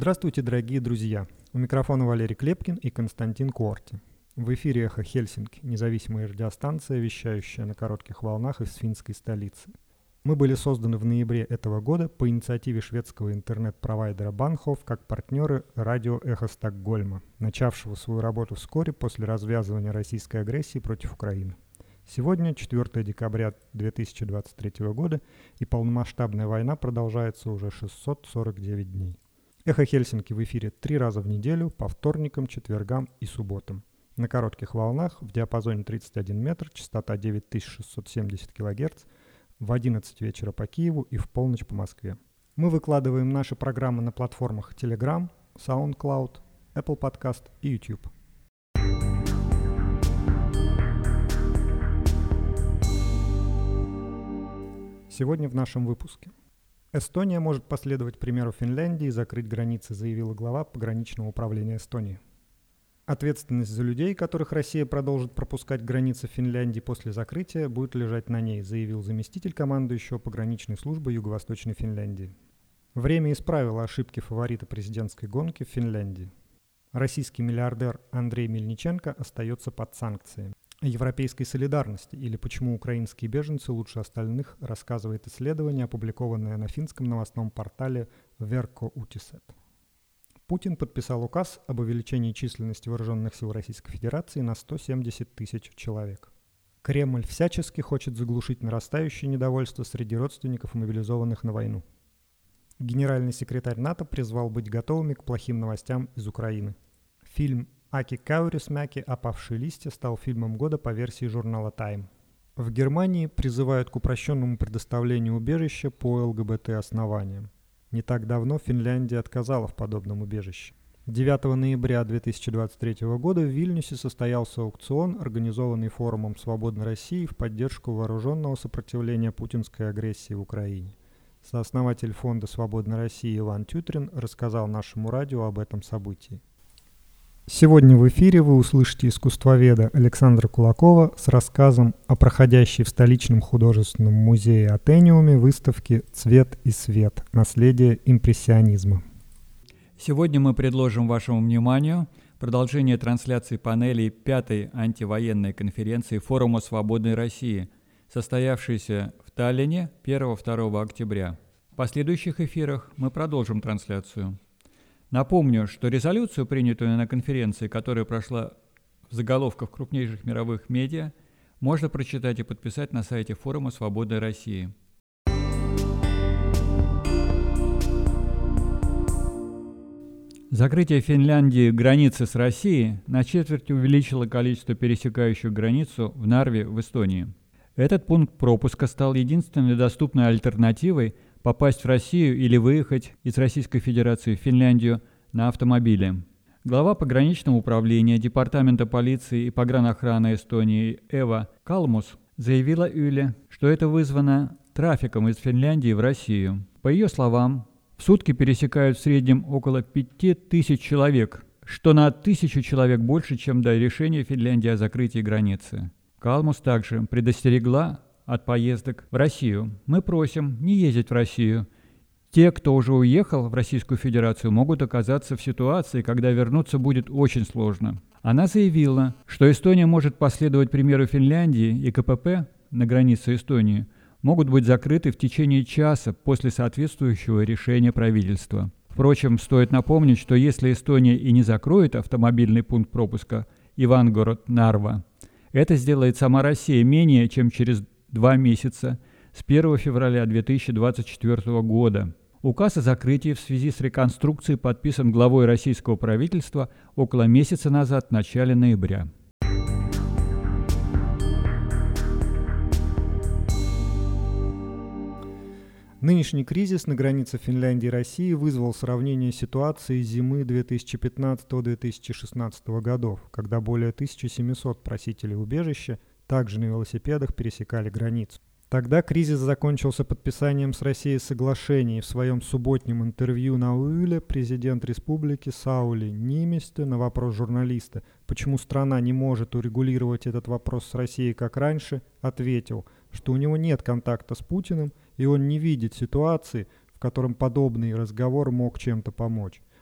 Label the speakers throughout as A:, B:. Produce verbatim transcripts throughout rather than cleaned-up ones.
A: Здравствуйте, дорогие друзья! У микрофона Валерий Клепкин и Константин Корти. В эфире «Эхо Хельсинки», независимая радиостанция, вещающая на коротких волнах из финской столицы. Мы были созданы в ноябре этого года по инициативе шведского интернет-провайдера Bahnhof как партнеры радио «Эхо Стокгольма», начавшего свою работу вскоре после развязывания российской агрессии против Украины. Сегодня четвёртого декабря две тысячи двадцать третьего года, и полномасштабная война продолжается уже шестьсот сорок девять дней. «Эхо Хельсинки» в эфире три раза в неделю, по вторникам, четвергам и субботам. На коротких волнах в диапазоне тридцать один метр, частота девять тысяч шестьсот семьдесят килогерц, в одиннадцать вечера по Киеву и в полночь по Москве. Мы выкладываем наши программы на платформах Telegram, SoundCloud, Apple Podcast и YouTube. Сегодня в нашем выпуске. Эстония может последовать примеру Финляндии и закрыть границы, заявила глава пограничного управления Эстонии. Ответственность за людей, которых Россия продолжит пропускать границы Финляндии после закрытия, будет лежать на ней, заявил заместитель командующего пограничной службы Юго-Восточной Финляндии. Время исправило ошибки фаворита президентской гонки в Финляндии. Российский миллиардер Андрей Мельниченко остается под санкциями. О европейской солидарности или почему украинские беженцы лучше остальных рассказывает исследование, опубликованное на финском новостном портале Verkko Uutiset. Путин подписал указ об увеличении численности вооруженных сил Российской Федерации на сто семьдесят тысяч человек. Кремль всячески хочет заглушить нарастающее недовольство среди родственников мобилизованных на войну. Генеральный секретарь НАТО призвал быть готовыми к плохим новостям из Украины. Фильм «Аки Каурисмяки. Опавшие листья» стал фильмом года по версии журнала Time. В Германии призывают к упрощенному предоставлению убежища по ЛГБТ-основаниям. Не так давно Финляндия отказала в подобном убежище. девятого ноября две тысячи двадцать третьего года в Вильнюсе состоялся аукцион, организованный форумом «Свободной России» в поддержку вооруженного сопротивления путинской агрессии в Украине. Сооснователь фонда «Свободной России» Иван Тютрин рассказал нашему радио об этом событии. Сегодня в эфире вы услышите искусствоведа Александра Кулакова с рассказом о проходящей в столичном художественном музее Атениуме выставке «Цвет и свет. Наследие импрессионизма».
B: Сегодня мы предложим вашему вниманию продолжение трансляции панелей пятой антивоенной конференции Форума Свободной России, состоявшейся в Таллине первого-второго октября. В последующих эфирах мы продолжим трансляцию. Напомню, что резолюцию, принятую на конференции, которая прошла в заголовках крупнейших мировых медиа, можно прочитать и подписать на сайте Форума Свободной России. Закрытие Финляндии границы с Россией на четверть увеличило количество пересекающих границу в Нарве в Эстонии. Этот пункт пропуска стал единственной доступной альтернативой попасть в Россию или выехать из Российской Федерации в Финляндию на автомобиле. Глава пограничного управления Департамента полиции и погранохраны Эстонии Эва Калмус заявила Yle, что это вызвано трафиком из Финляндии в Россию. По ее словам, в сутки пересекают в среднем около пяти тысяч человек, что на тысячу человек больше, чем до решения Финляндии о закрытии границы. Калмус также предостерегла от поездок в Россию. Мы просим не ездить в Россию. Те, кто уже уехал в Российскую Федерацию, могут оказаться в ситуации, когда вернуться будет очень сложно. Она заявила, что Эстония может последовать примеру Финляндии, и КПП на границе Эстонии могут быть закрыты в течение часа после соответствующего решения правительства. Впрочем, стоит напомнить, что если Эстония и не закроет автомобильный пункт пропуска Ивангород-Нарва, это сделает сама Россия менее чем через два месяца, с первого февраля две тысячи двадцать четвёртого года. Указ о закрытии в связи с реконструкцией подписан главой российского правительства около месяца назад, в начале ноября.
A: Нынешний кризис на границе Финляндии и России вызвал сравнение ситуации зимы две тысячи пятнадцатого - две тысячи шестнадцатого годов, когда более тысяча семьсот просителей убежища также на велосипедах пересекали границу. Тогда кризис закончился подписанием с Россией соглашений. В своем субботнем интервью на Yle президент республики Саули Ниинистö на вопрос журналиста, почему страна не может урегулировать этот вопрос с Россией как раньше, ответил, что у него нет контакта с Путиным и он не видит ситуации, в котором подобный разговор мог чем-то помочь.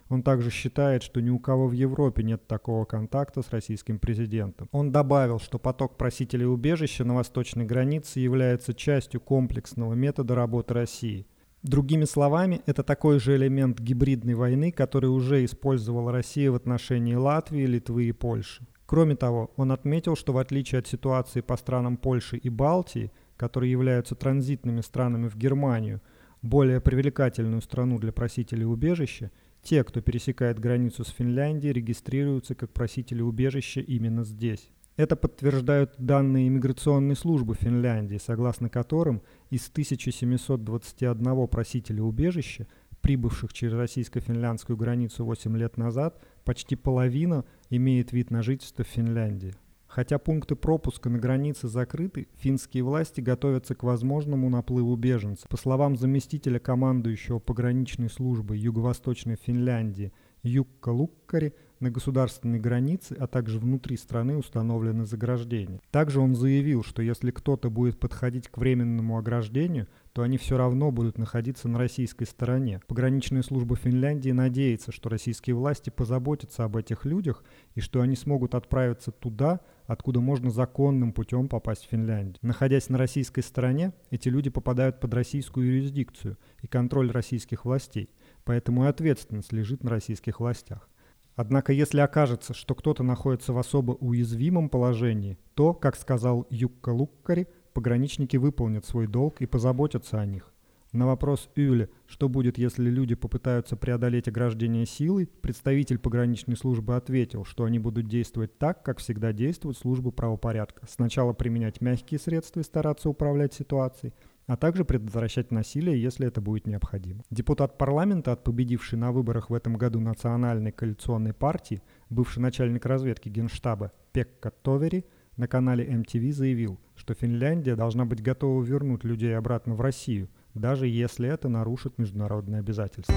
A: Он также считает, что ни у кого в Европе нет такого контакта с российским президентом. Он добавил, что поток просителей убежища на восточной границе является частью комплексного метода работы России. Другими словами, это такой же элемент гибридной войны, который уже использовала Россия в отношении Латвии, Литвы и Польши. Кроме того, он отметил, что в отличие от ситуации по странам Польши и Балтии, которые являются транзитными странами в Германию, более привлекательную страну для просителей убежища, те, кто пересекает границу с Финляндией, регистрируются как просители убежища именно здесь. Это подтверждают данные иммиграционной службы Финляндии, согласно которым из тысяча семьсот двадцать один просителя убежища, прибывших через российско-финляндскую границу восемь лет назад, почти половина имеет вид на жительство в Финляндии. Хотя пункты пропуска на границе закрыты, финские власти готовятся к возможному наплыву беженцев. По словам заместителя командующего пограничной службой Юго-Восточной Финляндии Юкка Луккари, на государственной границе, а также внутри страны установлены заграждения. Также он заявил, что если кто-то будет подходить к временному ограждению, то они все равно будут находиться на российской стороне. Пограничная служба Финляндии надеется, что российские власти позаботятся об этих людях и что они смогут отправиться туда, откуда можно законным путем попасть в Финляндию. Находясь на российской стороне, эти люди попадают под российскую юрисдикцию и контроль российских властей, поэтому и ответственность лежит на российских властях. Однако, если окажется, что кто-то находится в особо уязвимом положении, то, как сказал Юкка Луккари, пограничники выполнят свой долг и позаботятся о них. На вопрос Юли, что будет, если люди попытаются преодолеть ограждение силой, представитель пограничной службы ответил, что они будут действовать так, как всегда действуют службы правопорядка. Сначала применять мягкие средства и стараться управлять ситуацией, а также предотвращать насилие, если это будет необходимо. Депутат парламента от победившей на выборах в этом году национальной коалиционной партии, бывший начальник разведки Генштаба Пекка Товери, на канале эм ти ви заявил, что Финляндия должна быть готова вернуть людей обратно в Россию, даже если это нарушит международные обязательства.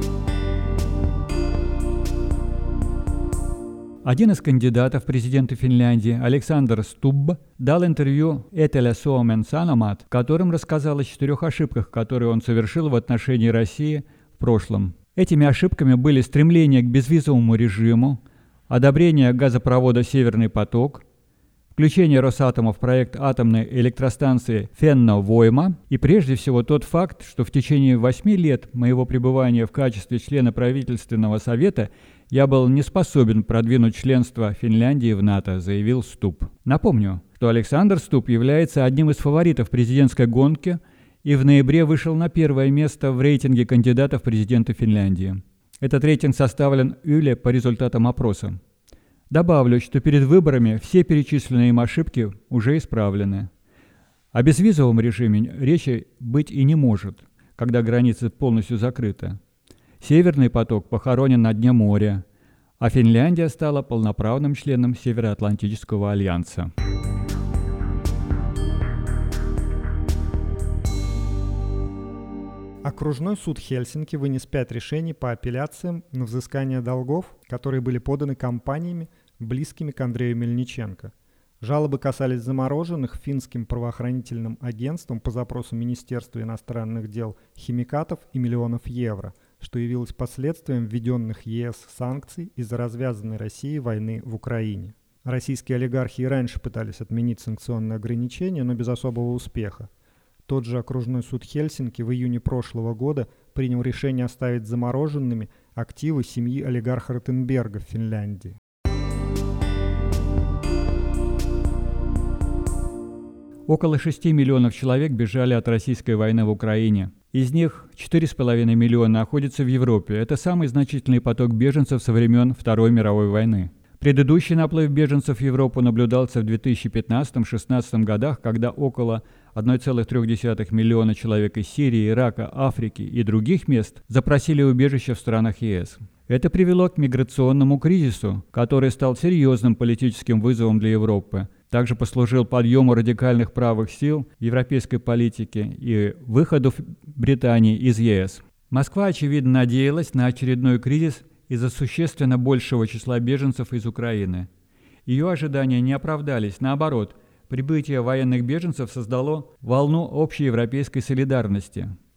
B: Один из кандидатов в президенты Финляндии, Александр Стубб, дал интервью Этеля Suomen Sanomat, в котором рассказал о четырех ошибках, которые он совершил в отношении России в прошлом. Этими ошибками были стремление к безвизовому режиму, одобрение газопровода «Северный поток», включение Росатома в проект атомной электростанции Фенно-Войма и прежде всего тот факт, что в течение восьми лет моего пребывания в качестве члена правительственного совета я был не способен продвинуть членство Финляндии в НАТО, заявил Стубб. Напомню, что Александр Стубб является одним из фаворитов президентской гонки и в ноябре вышел на первое место в рейтинге кандидатов в президенты Финляндии. Этот рейтинг составлен Юле по результатам опроса. Добавлю, что перед выборами все перечисленные им ошибки уже исправлены. О безвизовом режиме речи быть и не может, когда граница полностью закрыта. Северный поток похоронен на дне моря, а Финляндия стала полноправным членом Североатлантического альянса.
A: Окружной суд Хельсинки вынес пять решений по апелляциям на взыскание долгов, которые были поданы компаниями, близкими к Андрею Мельниченко. Жалобы касались замороженных финским правоохранительным агентством по запросу Министерства иностранных дел химикатов и миллионов евро, что явилось последствием введенных ЕС санкций из-за развязанной Россией войны в Украине. Российские олигархи и раньше пытались отменить санкционные ограничения, но без особого успеха. Тот же окружной суд Хельсинки в июне прошлого года принял решение оставить замороженными активы семьи олигарха Ротенберга в Финляндии.
B: Около шести миллионов человек бежали от российской войны в Украине. Из них четыре с половиной миллиона находятся в Европе. Это самый значительный поток беженцев со времен Второй мировой войны. Предыдущий наплыв беженцев в Европу наблюдался в две тысячи пятнадцатом-шестнадцатом годах, когда около одна целая три десятых миллиона человек из Сирии, Ирака, Африки и других мест запросили убежище в странах ЕС. Это привело к миграционному кризису, который стал серьезным политическим вызовом для Европы. Также послужил подъему радикальных правых сил в европейской политике и выходу Британии из ЕС. Москва, очевидно, надеялась на очередной кризис из-за существенно большего числа беженцев из Украины. Ее ожидания не оправдались. Наоборот, прибытие военных беженцев создало волну общеевропейской солидарности.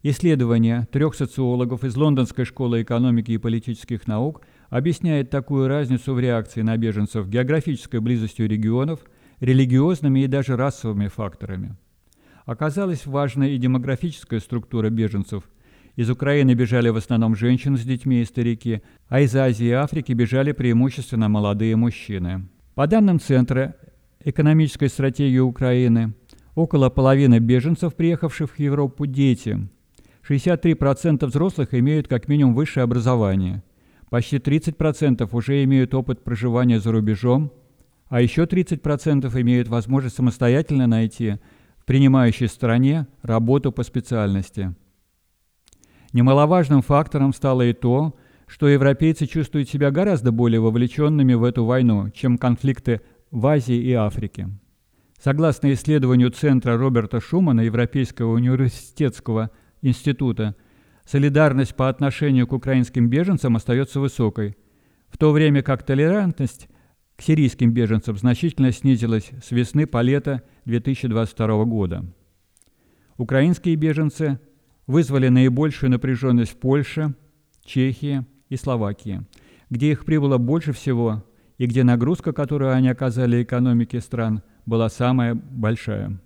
B: Исследование трех социологов из Лондонской школы экономики и политических наук объясняет такую разницу в реакции на беженцев географической близостью регионов, религиозными и даже расовыми факторами. Оказалась важной и демографическая структура беженцев. Из Украины бежали в основном женщины с детьми и старики, а из Азии и Африки бежали преимущественно молодые мужчины. По данным Центра экономической стратегии Украины, около половины беженцев, приехавших в Европу, дети. шестьдесят три процента взрослых имеют как минимум высшее образование. Почти тридцать процентов уже имеют опыт проживания за рубежом, а еще тридцать процентов имеют возможность самостоятельно найти в принимающей стране работу по специальности. Немаловажным фактором стало и то, что европейцы чувствуют себя гораздо более вовлеченными в эту войну, чем конфликты в Азии и Африке. Согласно исследованию Центра Роберта Шумана Европейского университетского института, солидарность по отношению к украинским беженцам остается высокой, в то время как толерантность к сирийским беженцам значительно снизилась с весны по лето две тысячи двадцать второго года. Украинские беженцы вызвали наибольшую напряженность в Польше, Чехии и Словакии, где их прибыло больше всего и где нагрузка, которую они оказали экономике стран, была самая большая.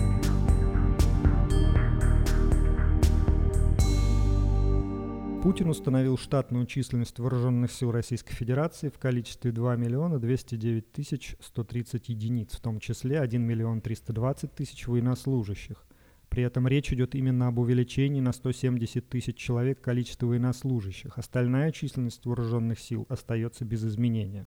A: Путин установил штатную численность вооруженных сил Российской Федерации в количестве два миллиона двести девять тысяч сто тридцать единиц, в том числе один миллион триста двадцать тысяч военнослужащих. При этом речь идет именно об увеличении на сто семьдесят тысяч человек количества военнослужащих. Остальная численность вооруженных сил остается без изменения.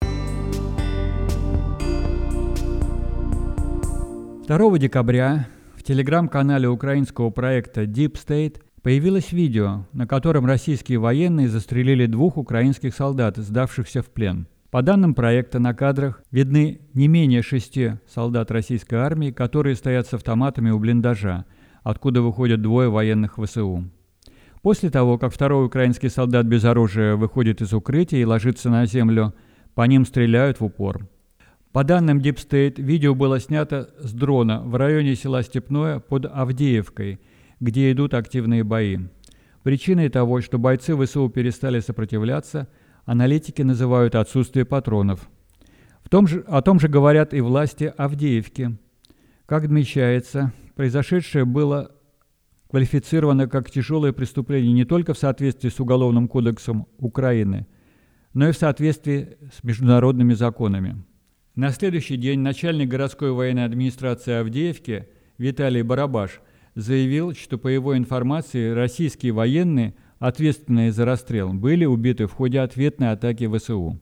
B: второго декабря в телеграм-канале украинского проекта Deep State появилось видео, на котором российские военные застрелили двух украинских солдат, сдавшихся в плен. По данным проекта, на кадрах видны не менее шести солдат российской армии, которые стоят с автоматами у блиндажа, откуда выходят двое военных ВСУ. После того, как второй украинский солдат без оружия выходит из укрытия и ложится на землю, по ним стреляют в упор. По данным Deep State, видео было снято с дрона в районе села Степное под Авдеевкой, где идут активные бои. Причиной того, что бойцы ВСУ перестали сопротивляться, аналитики называют отсутствие патронов. В том же, о том же говорят и власти Авдеевки. Как отмечается, произошедшее было квалифицировано как тяжелое преступление не только в соответствии с Уголовным кодексом Украины, но и в соответствии с международными законами. На следующий день начальник городской военной администрации Авдеевки Виталий Барабаш заявил, что по его информации российские военные, ответственные за расстрел, были убиты в ходе ответной атаки ВСУ.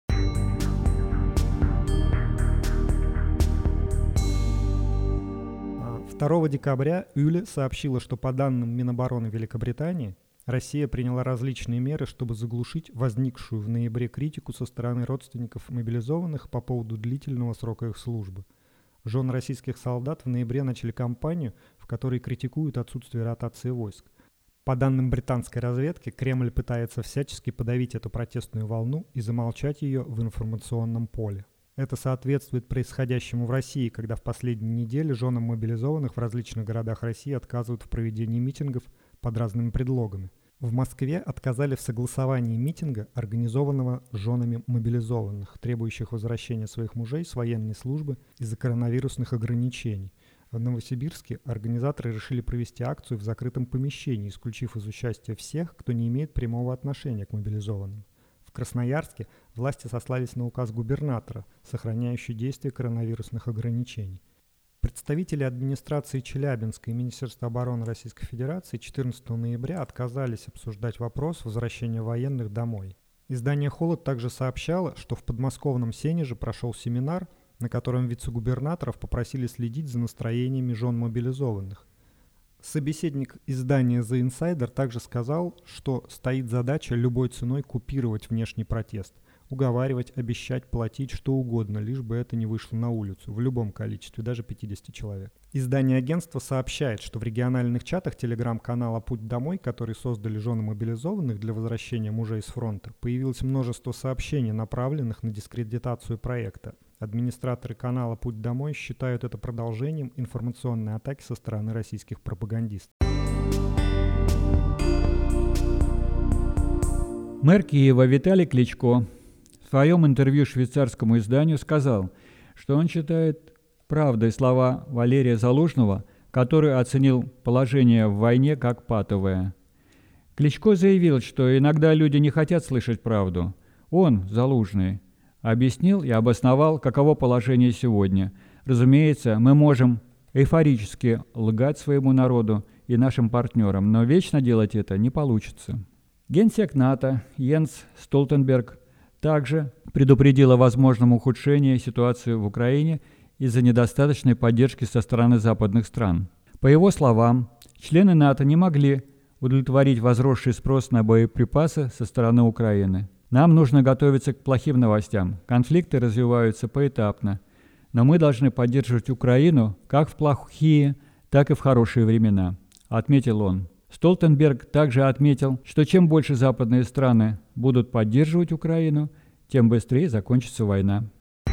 A: второго декабря Юле сообщила, что по данным Минобороны Великобритании, Россия приняла различные меры, чтобы заглушить возникшую в ноябре критику со стороны родственников мобилизованных по поводу длительного срока их службы. Жены российских солдат в ноябре начали кампанию, в которой критикуют отсутствие ротации войск. По данным британской разведки, Кремль пытается всячески подавить эту протестную волну и замолчать ее в информационном поле. Это соответствует происходящему в России, когда в последние недели женам мобилизованных в различных городах России отказывают в проведении митингов под разными предлогами. В Москве отказали в согласовании митинга, организованного женами мобилизованных, требующих возвращения своих мужей с военной службы из-за коронавирусных ограничений. В Новосибирске организаторы решили провести акцию в закрытом помещении, исключив из участия всех, кто не имеет прямого отношения к мобилизованным. В Красноярске власти сослались на указ губернатора, сохраняющий действие коронавирусных ограничений. Представители администрации Челябинска и Министерства обороны Российской Федерации четырнадцатого ноября отказались обсуждать вопрос возвращения военных домой. Издание «Холод» также сообщало, что в подмосковном Сенеже прошел семинар, на котором вице-губернаторов попросили следить за настроениями жен мобилизованных. Собеседник издания The Insider также сказал, что стоит задача любой ценой купировать внешний протест, уговаривать, обещать, платить что угодно, лишь бы это не вышло на улицу, в любом количестве, даже пятьдесят человек. Издание агентства сообщает, что в региональных чатах телеграм-канала «Путь домой», который создали жены мобилизованных для возвращения мужей с фронта, появилось множество сообщений, направленных на дискредитацию проекта. Администраторы канала «Путь домой» считают это продолжением информационной атаки со стороны российских пропагандистов.
B: Мэр Киева Виталий Кличко в своем интервью швейцарскому изданию сказал, что он считает правдой слова Валерия Залужного, который оценил положение в войне как патовое. Кличко заявил, что иногда люди не хотят слышать правду. Он, Залужный, объяснил и обосновал, каково положение сегодня. Разумеется, мы можем эйфорически лгать своему народу и нашим партнерам, но вечно делать это не получится. Генсек НАТО Йенс Столтенберг также предупредил о возможном ухудшении ситуации в Украине из-за недостаточной поддержки со стороны западных стран. По его словам, члены НАТО не могли удовлетворить возросший спрос на боеприпасы со стороны Украины. Нам нужно готовиться к плохим новостям. Конфликты развиваются поэтапно, но мы должны поддерживать Украину как в плохие, так и в хорошие времена, отметил он. Столтенберг также отметил, что чем больше западные страны будут поддерживать Украину, тем быстрее закончится война.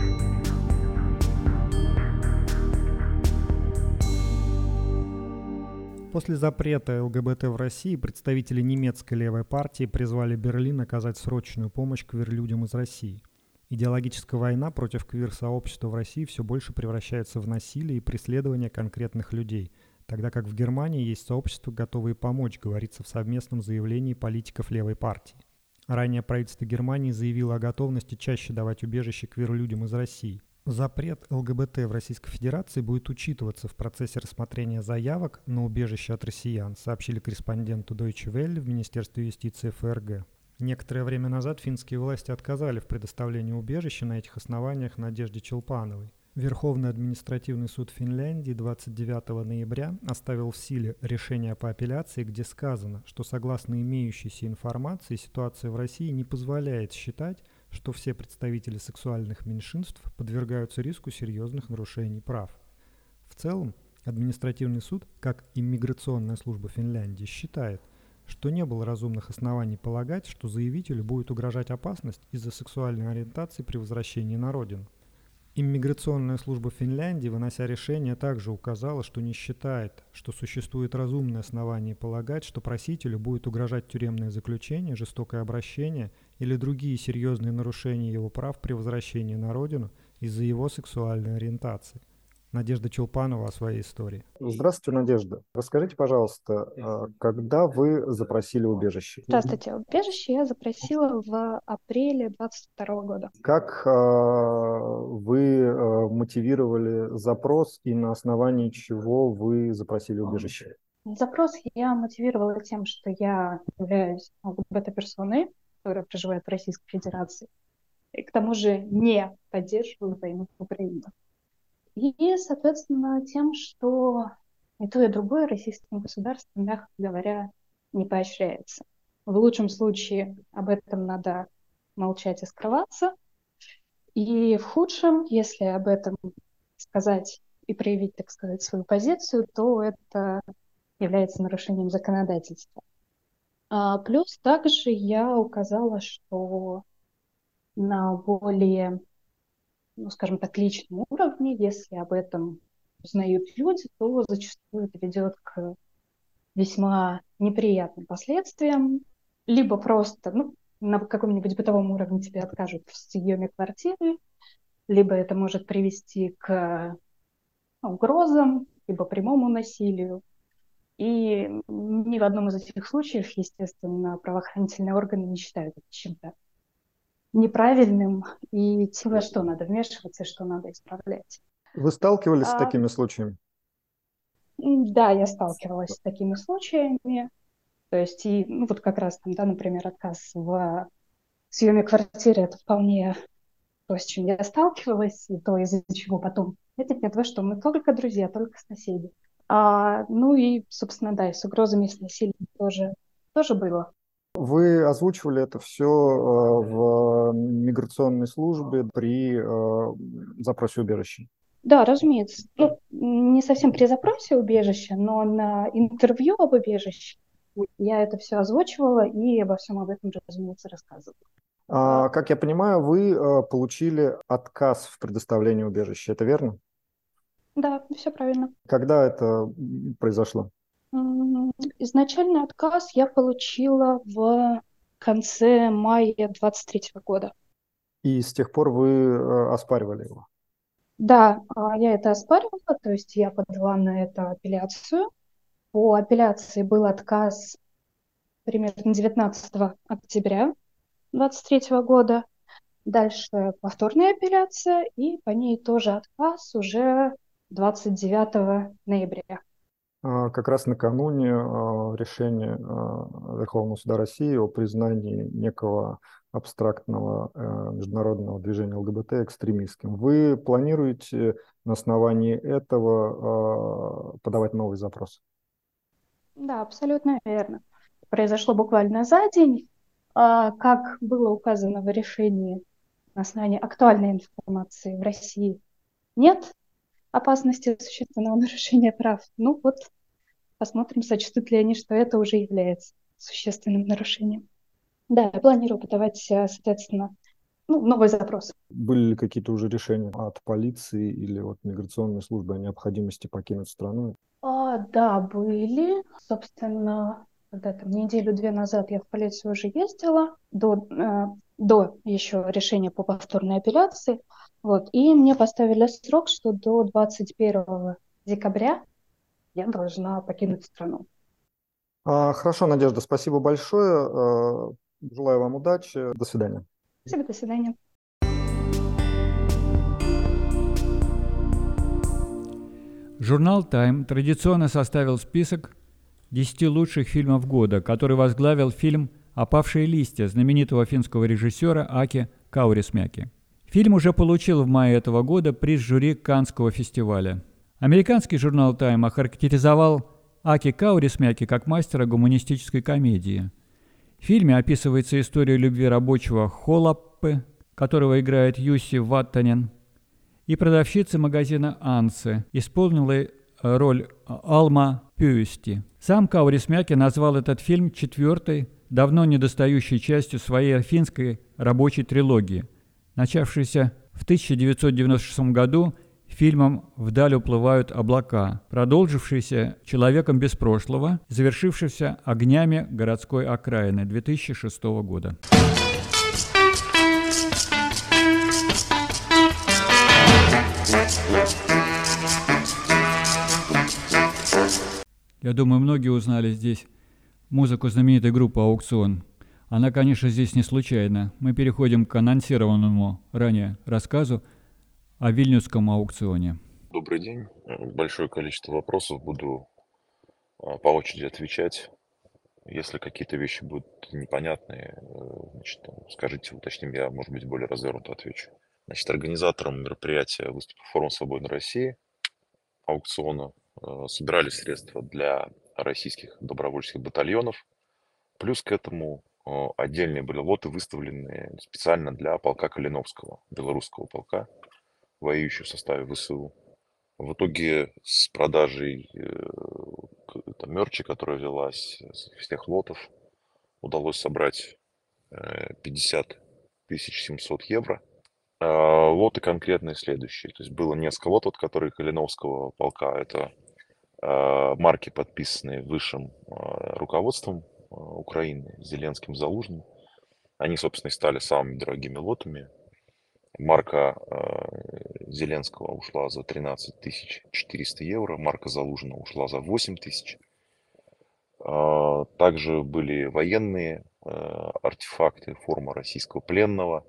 A: После запрета ЛГБТ в России представители немецкой левой партии призвали Берлин оказать срочную помощь квир-людям из России. Идеологическая война против квир-сообщества в России все больше превращается в насилие и преследование конкретных людей, тогда как в Германии есть сообщества, готовые помочь, говорится в совместном заявлении политиков левой партии. Ранее правительство Германии заявило о готовности чаще давать убежище квир-людям из России. Запрет ЛГБТ в Российской Федерации будет учитываться в процессе рассмотрения заявок на убежище от россиян, сообщили корреспонденту Deutsche Welle в Министерстве юстиции ФРГ. Некоторое время назад финские власти отказали в предоставлении убежища на этих основаниях Надежде Челпановой. Верховный административный суд Финляндии двадцать девятого ноября оставил в силе решение по апелляции, где сказано, что согласно имеющейся информации ситуация в России не позволяет считать, что все представители сексуальных меньшинств подвергаются риску серьезных нарушений прав. В целом, административный суд, как и миграционная служба Финляндии, считает, что не было разумных оснований полагать, что заявителю будет угрожать опасность из-за сексуальной ориентации при возвращении на родину. Иммиграционная служба Финляндии, вынося решение, также указала, что не считает, что существует разумное основание полагать, что просителю будет угрожать тюремное заключение, жестокое обращение или другие серьезные нарушения его прав при возвращении на родину из-за его сексуальной ориентации. Надежда Челпанова о своей истории.
C: Здравствуйте, Надежда. Расскажите, пожалуйста, когда вы запросили убежище?
D: Здравствуйте. Убежище я запросила в апреле двадцать второго года.
C: Как э, вы э, мотивировали запрос и на основании чего вы запросили убежище?
D: Запрос я мотивировала тем, что я являюсь ЛГБТ-персоной, которая проживает в Российской Федерации, и к тому же не поддерживаю войну в Украине. И, соответственно, тем, что и то, и другое российским государством, мягко говоря, не поощряется. В лучшем случае об этом надо молчать и скрываться. И в худшем, если об этом сказать и проявить, так сказать, свою позицию, то это является нарушением законодательства. А плюс также я указала, что на более, ну, скажем так, личном уровне, если об этом узнают люди, то зачастую это ведет к весьма неприятным последствиям. Либо просто, ну, на каком-нибудь бытовом уровне тебе откажут в съеме квартиры, либо это может привести к угрозам, либо прямому насилию. И ни в одном из этих случаев, естественно, правоохранительные органы не считают это чем-то неправильным, и во что надо вмешиваться, и что надо исправлять.
C: Вы сталкивались
D: а,
C: с такими случаями?
D: Да, я сталкивалась с такими случаями. То есть, и, ну, вот как раз там, да, например, отказ в съеме квартиры, это вполне то, с чем я сталкивалась, и то, из-за чего потом. Это не то, что мы только друзья, только соседи. А, ну и, собственно, да, и с угрозами, с насилием тоже, тоже было.
C: Вы озвучивали это все в миграционной службе при запросе убежища?
D: Да, разумеется. Ну, не совсем при запросе убежища, но на интервью об убежище я это все озвучивала и обо всем об этом, разумеется, рассказывала.
C: А, как я понимаю, вы а, получили отказ в предоставлении убежища, это верно?
D: Да, все правильно.
C: Когда это м, произошло?
D: М, Изначальный отказ я получила в конце мая двадцать третьего года.
C: И с тех пор вы а, оспаривали его?
D: Да, а, я это оспаривала, то есть я подала на это апелляцию. По апелляции был отказ примерно девятнадцатого октября двадцать третьего года. Дальше повторная апелляция, и по ней тоже отказ уже двадцать девятого ноября.
C: А, Как раз накануне а, решения а, Верховного суда России о признании некого абстрактного э, международного движения ЛГБТ экстремистским. Вы планируете на основании этого а, подавать новый запрос?
D: Да, абсолютно верно. Произошло буквально за день. А, Как было указано в решении на основании актуальной информации в России, нет опасности существенного нарушения прав. Ну вот, посмотрим, сочтут ли они, что это уже является существенным нарушением. Да, я планирую подавать, э, соответственно, ну, новый запрос.
C: Были ли какие-то уже решения от полиции или от миграционной службы о необходимости покинуть страну?
D: А, да, были. Собственно, когда там неделю-две назад я в полицию уже ездила, до, э, до еще решения по повторной апелляции. Вот, и мне поставили срок, что до двадцать первого декабря я должна покинуть страну.
C: А, Хорошо, Надежда, спасибо большое. А, Желаю вам удачи. До свидания.
D: Спасибо, до свидания.
B: Журнал Time традиционно составил список десяти лучших фильмов года, который возглавил фильм «Опавшие листья» знаменитого финского режиссера Аки Каурисмяки. Фильм уже получил в мае этого года приз жюри Каннского фестиваля. Американский журнал Time охарактеризовал Аки Каурисмяки как мастера гуманистической комедии. В фильме описывается история любви рабочего Холаппы, которого играет Юсси Ваттанен, и продавщицы магазина Ансы, исполнила роль Алма Пюсти. Сам Каурисмяки назвал этот фильм четвертой, давно недостающей частью своей финской рабочей трилогии, начавшейся в тысяча девятьсот девяносто шестом году фильмом «Вдаль уплывают облака», продолжившийся «Человеком без прошлого», завершившийся «Огнями городской окраины» две тысячи шестого года. Я думаю, многие узнали здесь музыку знаменитой группы «Аукцион». Она, конечно, здесь не случайна. Мы переходим к анонсированному ранее рассказу о Вильнюсском аукционе.
E: Добрый день. Большое количество вопросов. Буду а, по очереди отвечать. Если какие-то вещи будут непонятные, э, значит, там, скажите, уточним, я, может быть, более развернуто отвечу. Значит, организатором мероприятия выступил Форум Свободной России, аукциона. Э, Собирали средства для российских добровольческих батальонов. Плюс к этому э, отдельные были лоты выставлены специально для полка Калиновского, белорусского полка, воюющего в составе ВСУ. В итоге с продажей э, к- там, мерчи, которая велась, с всех лотов, удалось собрать э, пятьдесят тысяч семьсот евро. А, лоты конкретные следующие. То есть было несколько лотов, которые Калиновского полка. Это а, марки, подписанные высшим а, руководством а, Украины, Зеленским, Залужным. Они, собственно, и стали самыми дорогими лотами. Марка э, Зеленского ушла за тринадцать тысяч четыреста евро, марка Залужного ушла за восемь тысяч. А, Также были военные э, артефакты, форма российского пленного,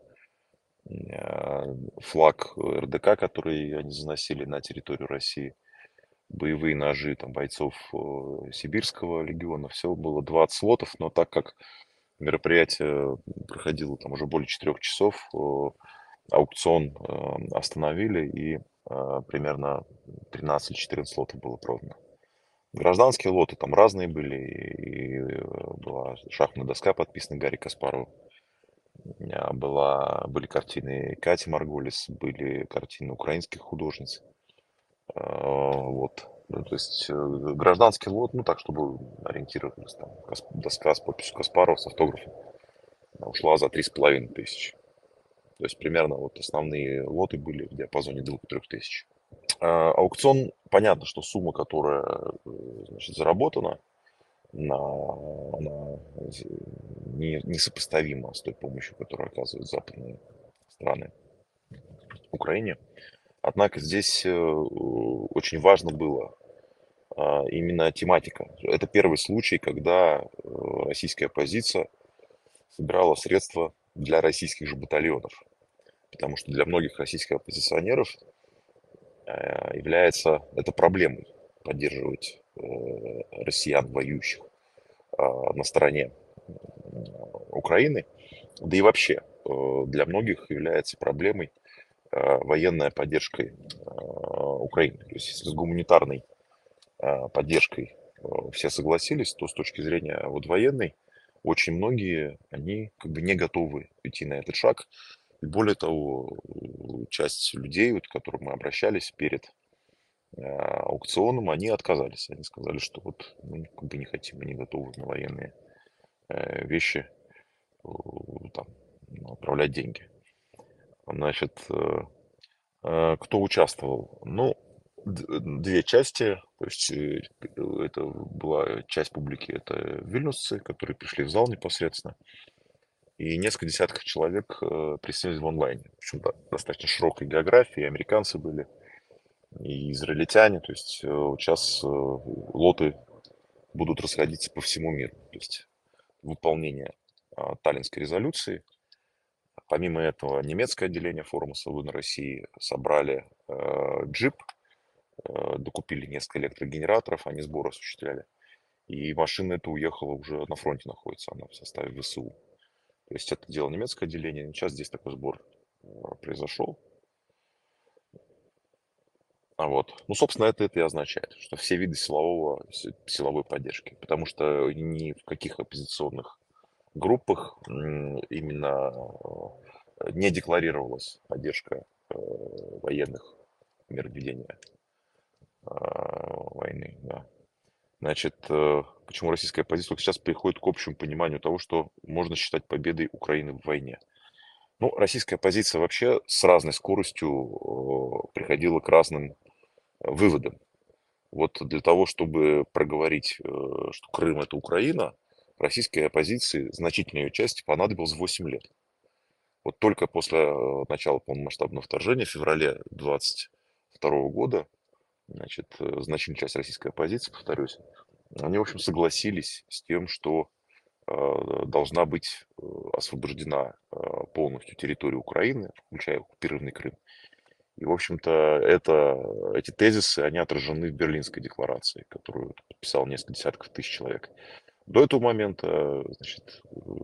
E: э, флаг РДК, который они заносили на территорию России, боевые ножи там, бойцов э, Сибирского легиона. Всего было двадцать лотов, но так как мероприятие проходило там уже более четырех часов, э, аукцион э, остановили, и э, примерно тринадцать-четырнадцать лотов было продано. Гражданские лоты там разные были, и э, была шахматная доска, подписана Гарри Каспаровым. А, Была, были картины Кати Марголис, были картины украинских художниц. Э, Вот. Ну, то есть э, гражданский лот, ну так, чтобы ориентироваться, там, Кас- доска с подписью Каспаров, с автографом. ушла за три с половиной тысячи. То есть примерно вот основные лоты были в диапазоне двух-трёх тысяч. А, аукцион, понятно, что сумма, которая, значит, заработана, на, она не, несопоставима с той помощью, которую оказывают западные страны Украине. Однако здесь очень важно было именно тематика. Это первый случай, когда российская оппозиция собирала средства для российских же батальонов. Потому что для многих российских оппозиционеров является это проблемой поддерживать россиян, воюющих на стороне Украины. Да и вообще для многих является проблемой военная поддержка Украины. То есть если с гуманитарной поддержкой все согласились, то с точки зрения вот военной очень многие, они как бы не готовы идти на этот шаг. И более того, часть людей, вот, к которым мы обращались перед аукционом, они отказались. Они сказали, что вот мы как бы не хотим, мы не готовы на военные вещи там, отправлять деньги. Значит, кто участвовал? Ну, две части. То есть это была часть публики, это вильнюсцы, которые пришли в зал непосредственно. И несколько десятков человек присоединились в онлайне. В общем, да, достаточно широкой географии. Американцы были, и израильтяне. То есть сейчас лоты будут расходиться по всему миру. То есть выполнение Таллинской резолюции. Помимо этого, немецкое отделение Форума Свободной России собрали э, джип, э, докупили несколько электрогенераторов, они сбор осуществляли. И машина эта уехала уже на фронте находится, она в составе ВСУ. То есть это дело немецкое отделение. Сейчас здесь такой сбор э, произошел. А вот. Ну, собственно, это, это и означает, что все виды силового, силовой поддержки. Потому что ни в каких оппозиционных группах именно не декларировалась поддержка военных мер ведения войны. Да. Значит, почему российская оппозиция сейчас приходит к общему пониманию того, что можно считать победой Украины в войне? Ну, российская оппозиция вообще с разной скоростью приходила к разным выводам. Вот для того, чтобы проговорить, что Крым – это Украина, российской оппозиции значительной ее части понадобилось восемь лет. Вот только после начала полномасштабного вторжения в феврале двадцать второго года, значит, значительная часть российской оппозиции, повторюсь, они, в общем, согласились с тем, что э, должна быть освобождена э, полностью территория Украины, включая оккупированный Крым. И, в общем-то, это, эти тезисы, они отражены в Берлинской декларации, которую подписало несколько десятков тысяч человек. До этого момента, значит,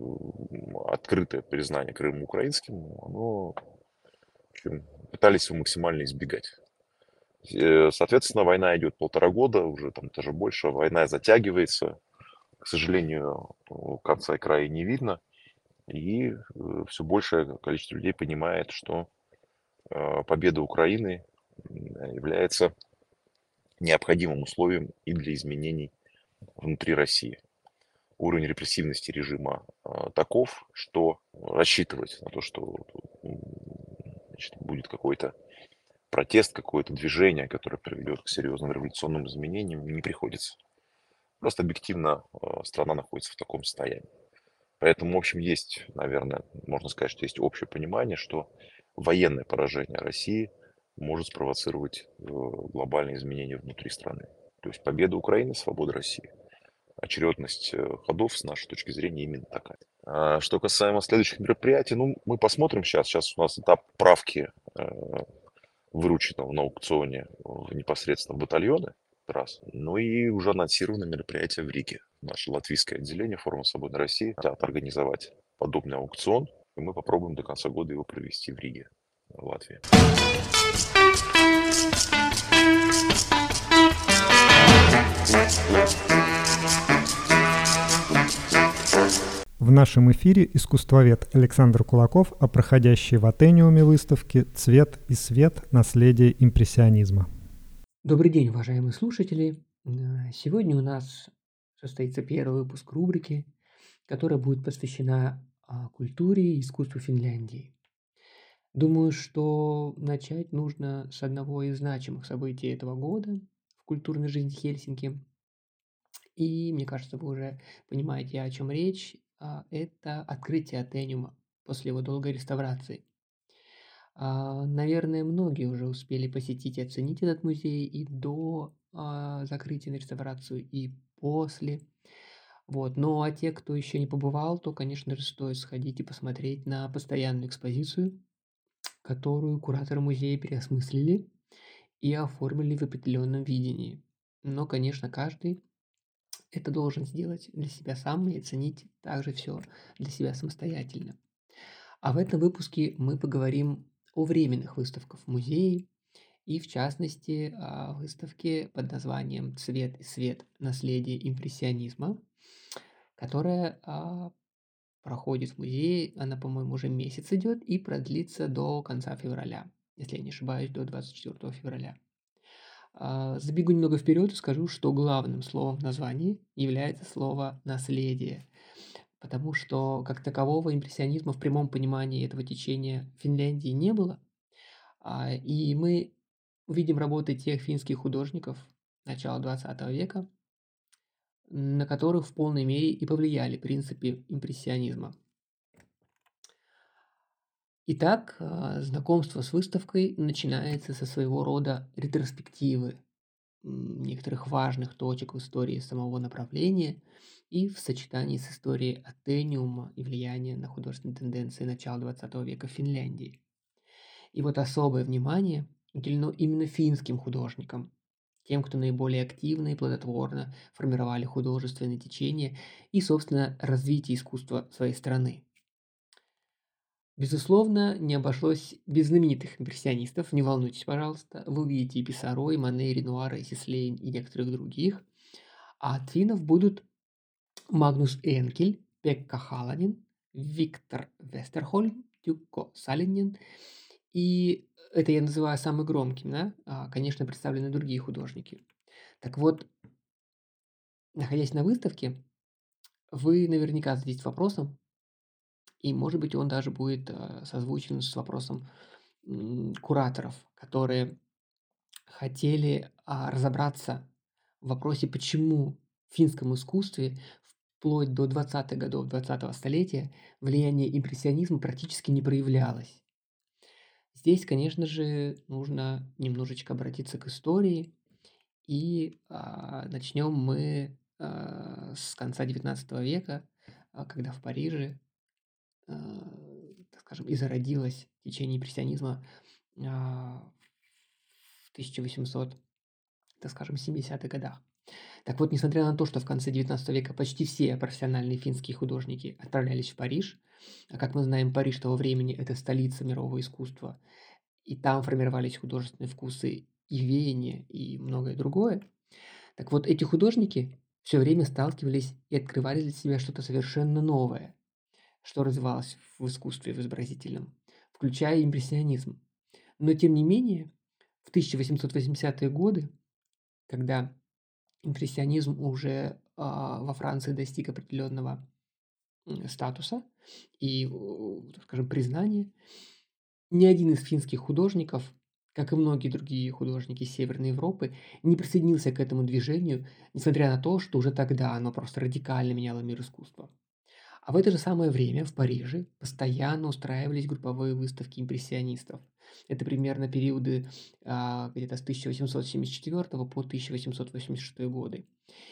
E: открытое признание Крыма украинским, оно, в общем, пытались его максимально избегать. Соответственно, война идет полтора года, уже там даже больше, война затягивается, к сожалению, конца и края не видно, и все большее количество людей понимает, что победа Украины является необходимым условием и для изменений внутри России. Уровень репрессивности режима э, таков, что рассчитывать на то, что значит, будет какой-то протест, какое-то движение, которое приведет к серьезным революционным изменениям, не приходится. Просто объективно э, страна находится в таком состоянии. Поэтому, в общем, есть, наверное, можно сказать, что есть общее понимание, что военное поражение России может спровоцировать э, глобальные изменения внутри страны. То есть победа Украины, свобода России. Очередность ходов с нашей точки зрения именно такая. А что касаемо следующих мероприятий, ну, мы посмотрим сейчас. Сейчас у нас этап правки э, вырученного на аукционе в непосредственно в батальоны. Раз. Ну и уже анонсировано мероприятие в Риге. Наше латвийское отделение Форума Свободной России хотят организовать подобный аукцион. И мы попробуем до конца года его провести в Риге, в Латвии.
A: В нашем эфире искусствовед Александр Кулаков о проходящей в Атениуме выставке «Цвет и свет. Наследие импрессионизма».
F: Добрый день, уважаемые слушатели. Сегодня у нас состоится первый выпуск рубрики, которая будет посвящена о культуре и искусстве Финляндии. Думаю, что начать нужно с одного из значимых событий этого года в культурной жизни Хельсинки. И мне кажется, вы уже понимаете, о чем речь. А, Это открытие Атениума после его долгой реставрации. А, Наверное, многие уже успели посетить и оценить этот музей и до а, закрытия на реставрацию, и после. Вот. Ну а те, кто еще не побывал, то, конечно же, стоит сходить и посмотреть на постоянную экспозицию, которую кураторы музея переосмыслили и оформили в определенном видении. Но, конечно, каждый это должен сделать для себя сам и оценить также все для себя самостоятельно. А в этом выпуске мы поговорим о временных выставках в музее и, в частности, о выставке под названием «Цвет и свет. Наследие импрессионизма», которая а, проходит в музее. Она, по-моему, уже месяц идет и продлится до конца февраля, если я не ошибаюсь, до двадцать четвёртого февраля. А, Забегу немного вперед и скажу, что главным словом в названии является слово «наследие», потому что как такового импрессионизма в прямом понимании этого течения в Финляндии не было. А, И мы увидим работы тех финских художников начала двадцатого века, на которых в полной мере и повлияли принципы импрессионизма. Итак, а, знакомство с выставкой начинается со своего рода ретроспективы м, некоторых важных точек в истории самого направления и в сочетании с историей Атениума и влияния на художественные тенденции начала двадцатого века в Финляндии. И вот особое внимание уделено именно финским художникам, тем, кто наиболее активно и плодотворно формировали художественное течение и, собственно, развитие искусства своей страны. Безусловно, не обошлось без знаменитых импрессионистов. Не волнуйтесь, пожалуйста. Вы увидите и Писаро, и Мане, и Ренуара, и Сислейн, и некоторых других. А от финнов будут Магнус Энкель, Пекка Халанин, Виктор Вестерхольм, Тюкко Салинин. И это я называю самым громким, да? А, конечно, представлены другие художники. Так вот, находясь на выставке, вы наверняка зададитесь вопросом, и, может быть, он даже будет э, созвучен с вопросом м, кураторов, которые хотели а, разобраться в вопросе, почему в финском искусстве вплоть до двадцатых годов двадцатого столетия влияние импрессионизма практически не проявлялось. Здесь, конечно же, нужно немножечко обратиться к истории, и а, начнем мы а, с конца девятнадцатого века, а, когда в Париже, а, так скажем, и зародилось течение импрессионизма а, в тысяча восемьсот, так скажем, семидесятых годах. Так вот, несмотря на то, что в конце девятнадцатого века почти все профессиональные финские художники отправлялись в Париж, а как мы знаем, Париж того времени – это столица мирового искусства, и там формировались художественные вкусы и веяния, и многое другое. Так вот, эти художники все время сталкивались и открывали для себя что-то совершенно новое, что развивалось в искусстве, в изобразительном, включая импрессионизм. Но, тем не менее, в тысяча восемьсот восьмидесятые годы, когда импрессионизм уже а, во Франции достиг определенного м, статуса и, э, так скажем, признания, ни один из финских художников, как и многие другие художники Северной Европы, не присоединился к этому движению, несмотря на то, что уже тогда оно просто радикально меняло мир искусства. А в это же самое время в Париже постоянно устраивались групповые выставки импрессионистов. Это примерно периоды а, где-то с тысяча восемьсот семьдесят четвёртого по тысяча восемьсот восемьдесят шестой годы.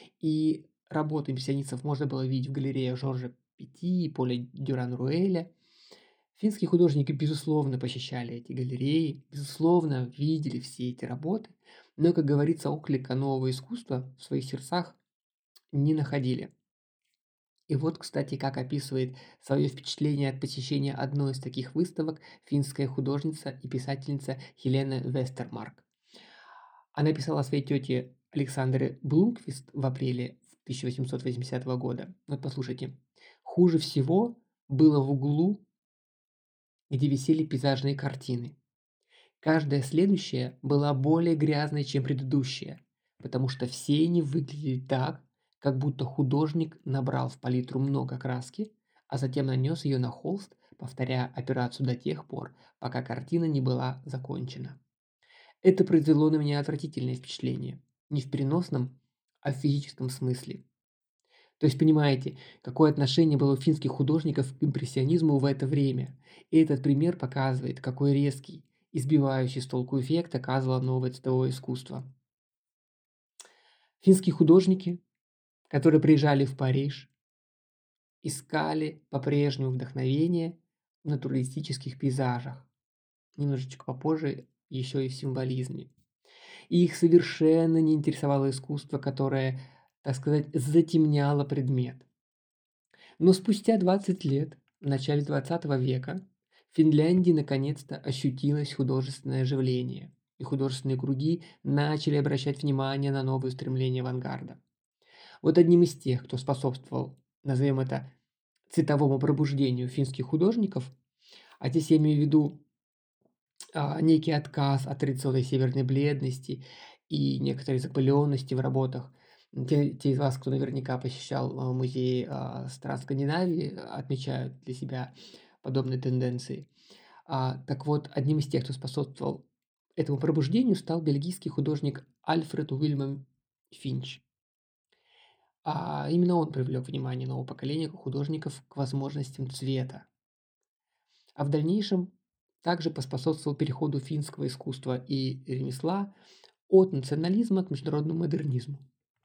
F: И работы импрессионистов можно было видеть в галереях Жоржа Пяти и Поля Дюран-Руэля. Финские художники, безусловно, посещали эти галереи, безусловно, видели все эти работы, но, как говорится, отклика нового искусства в своих сердцах не находили. И вот, кстати, как описывает свое впечатление от посещения одной из таких выставок финская художница и писательница Хелена Вестермарк. Она писала своей тете Александре Блумквист в апреле тысяча восемьсот восьмидесятого года. Вот послушайте. «Хуже всего было в углу, где висели пейзажные картины. Каждая следующая была более грязной, чем предыдущая, потому что все они выглядели так, как будто художник набрал в палитру много краски, а затем нанес ее на холст, повторяя операцию до тех пор, пока картина не была закончена. Это произвело на меня отвратительное впечатление, не в переносном, а в физическом смысле. То есть, понимаете, какое отношение было у финских художников к импрессионизму в это время. И этот пример показывает, какой резкий, избивающий с толку эффект оказывало новое цветовое искусство. Финские художники, которые приезжали в Париж, искали по-прежнему вдохновение в натуралистических пейзажах, немножечко попозже еще и в символизме. И их совершенно не интересовало искусство, которое, так сказать, затемняло предмет. Но спустя двадцать лет, в начале двадцатого века, в Финляндии наконец-то ощутилось художественное оживление, и художественные круги начали обращать внимание на новые устремления авангарда. Вот одним из тех, кто способствовал, назовем это, цветовому пробуждению финских художников, а здесь я имею в виду а, некий отказ от традиционной северной бледности и некоторой запыленности в работах. Те, те из вас, кто наверняка посещал а, музей а, стран Скандинавии, отмечают для себя подобные тенденции. А, так вот, одним из тех, кто способствовал этому пробуждению, стал бельгийский художник Альфред Уильям Финч. А именно он привлек внимание нового поколения художников к возможностям цвета. А в дальнейшем также поспособствовал переходу финского искусства и ремесла от национализма к международному модернизму.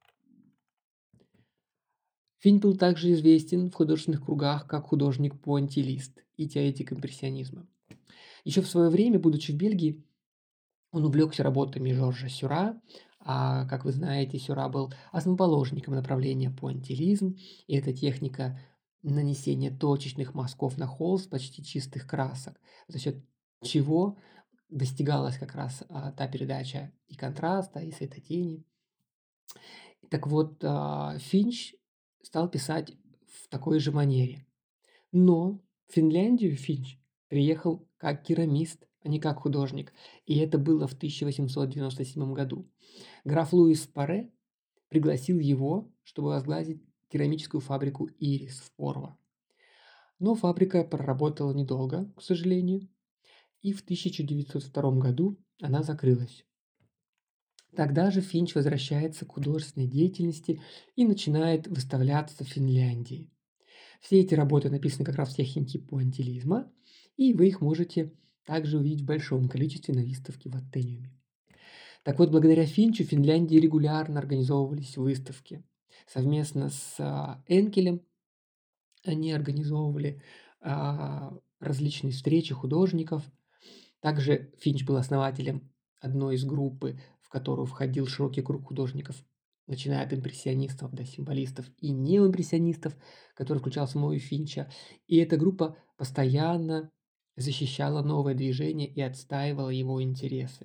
F: Финч был также известен в художественных кругах как художник-пуантилист и теоретик импрессионизма. Еще в свое время, будучи в Бельгии, он увлекся работами Жоржа Сюра, а, как вы знаете, Сюра был основоположником направления пуантилизм, и это техника нанесения точечных мазков на холст почти чистых красок, за счет чего достигалась как раз а, та передача и контраста, и светотени. Так вот, а, Финч стал писать в такой же манере. Но в Финляндию Финч приехал как керамист, а не как художник, и это было в тысяча восемьсот девяносто седьмом году. Граф Луис Паре пригласил его, чтобы возглавить керамическую фабрику «Ирис» в Порво. Но фабрика проработала недолго, к сожалению, и в тысяча девятьсот втором году она закрылась. Тогда же Финч возвращается к художественной деятельности и начинает выставляться в Финляндии. Все эти работы написаны как раз в технике пуантилизма, и вы их можете также увидеть в большом количестве на выставке в Аттениуме. Так вот, благодаря Финчу в Финляндии регулярно организовывались выставки. Совместно с а, Энкелем они организовывали а, различные встречи художников. Также Финч был основателем одной из группы, в которую входил широкий круг художников, начиная от импрессионистов до символистов и неоимпрессионистов, который включал самого Финча. И эта группа постоянно защищала новое движение и отстаивала его интересы.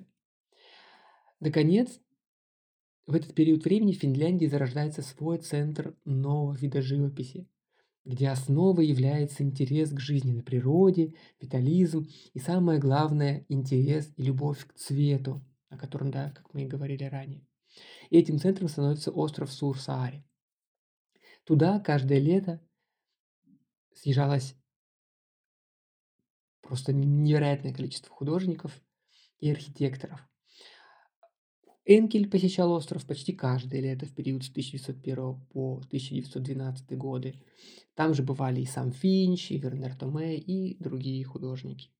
F: Наконец, в этот период времени в Финляндии зарождается свой центр нового вида живописи, где основой является интерес к жизни на природе, витализм и, самое главное, интерес и любовь к цвету, о котором, да, как мы и говорили ранее. И этим центром становится остров Сур-Сааре. Туда каждое лето съезжалось просто невероятное количество художников и архитекторов. Энкель посещал остров почти каждое лето в период с тысяча девятьсот первого по тысяча девятьсот двенадцатый годы. Там же бывали и сам Финч, и Вернер Томе, и другие художники.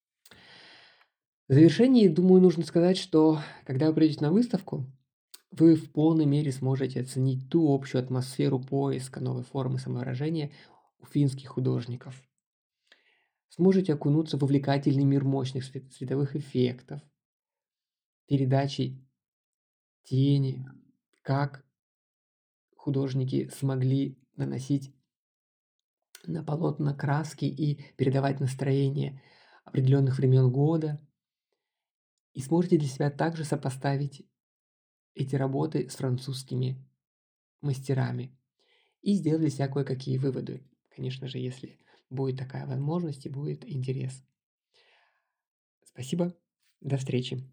F: В завершении, думаю, нужно сказать, что когда вы придете на выставку, вы в полной мере сможете оценить ту общую атмосферу поиска новой формы самовыражения у финских художников. Сможете окунуться в увлекательный мир мощных световых эффектов, передачи тени, как художники смогли наносить на полотна краски и передавать настроение определенных времен года. И сможете для себя также сопоставить эти работы с французскими мастерами и сделать для себя кое-какие выводы. Конечно же, если будет такая возможность и будет интерес. Спасибо. До встречи.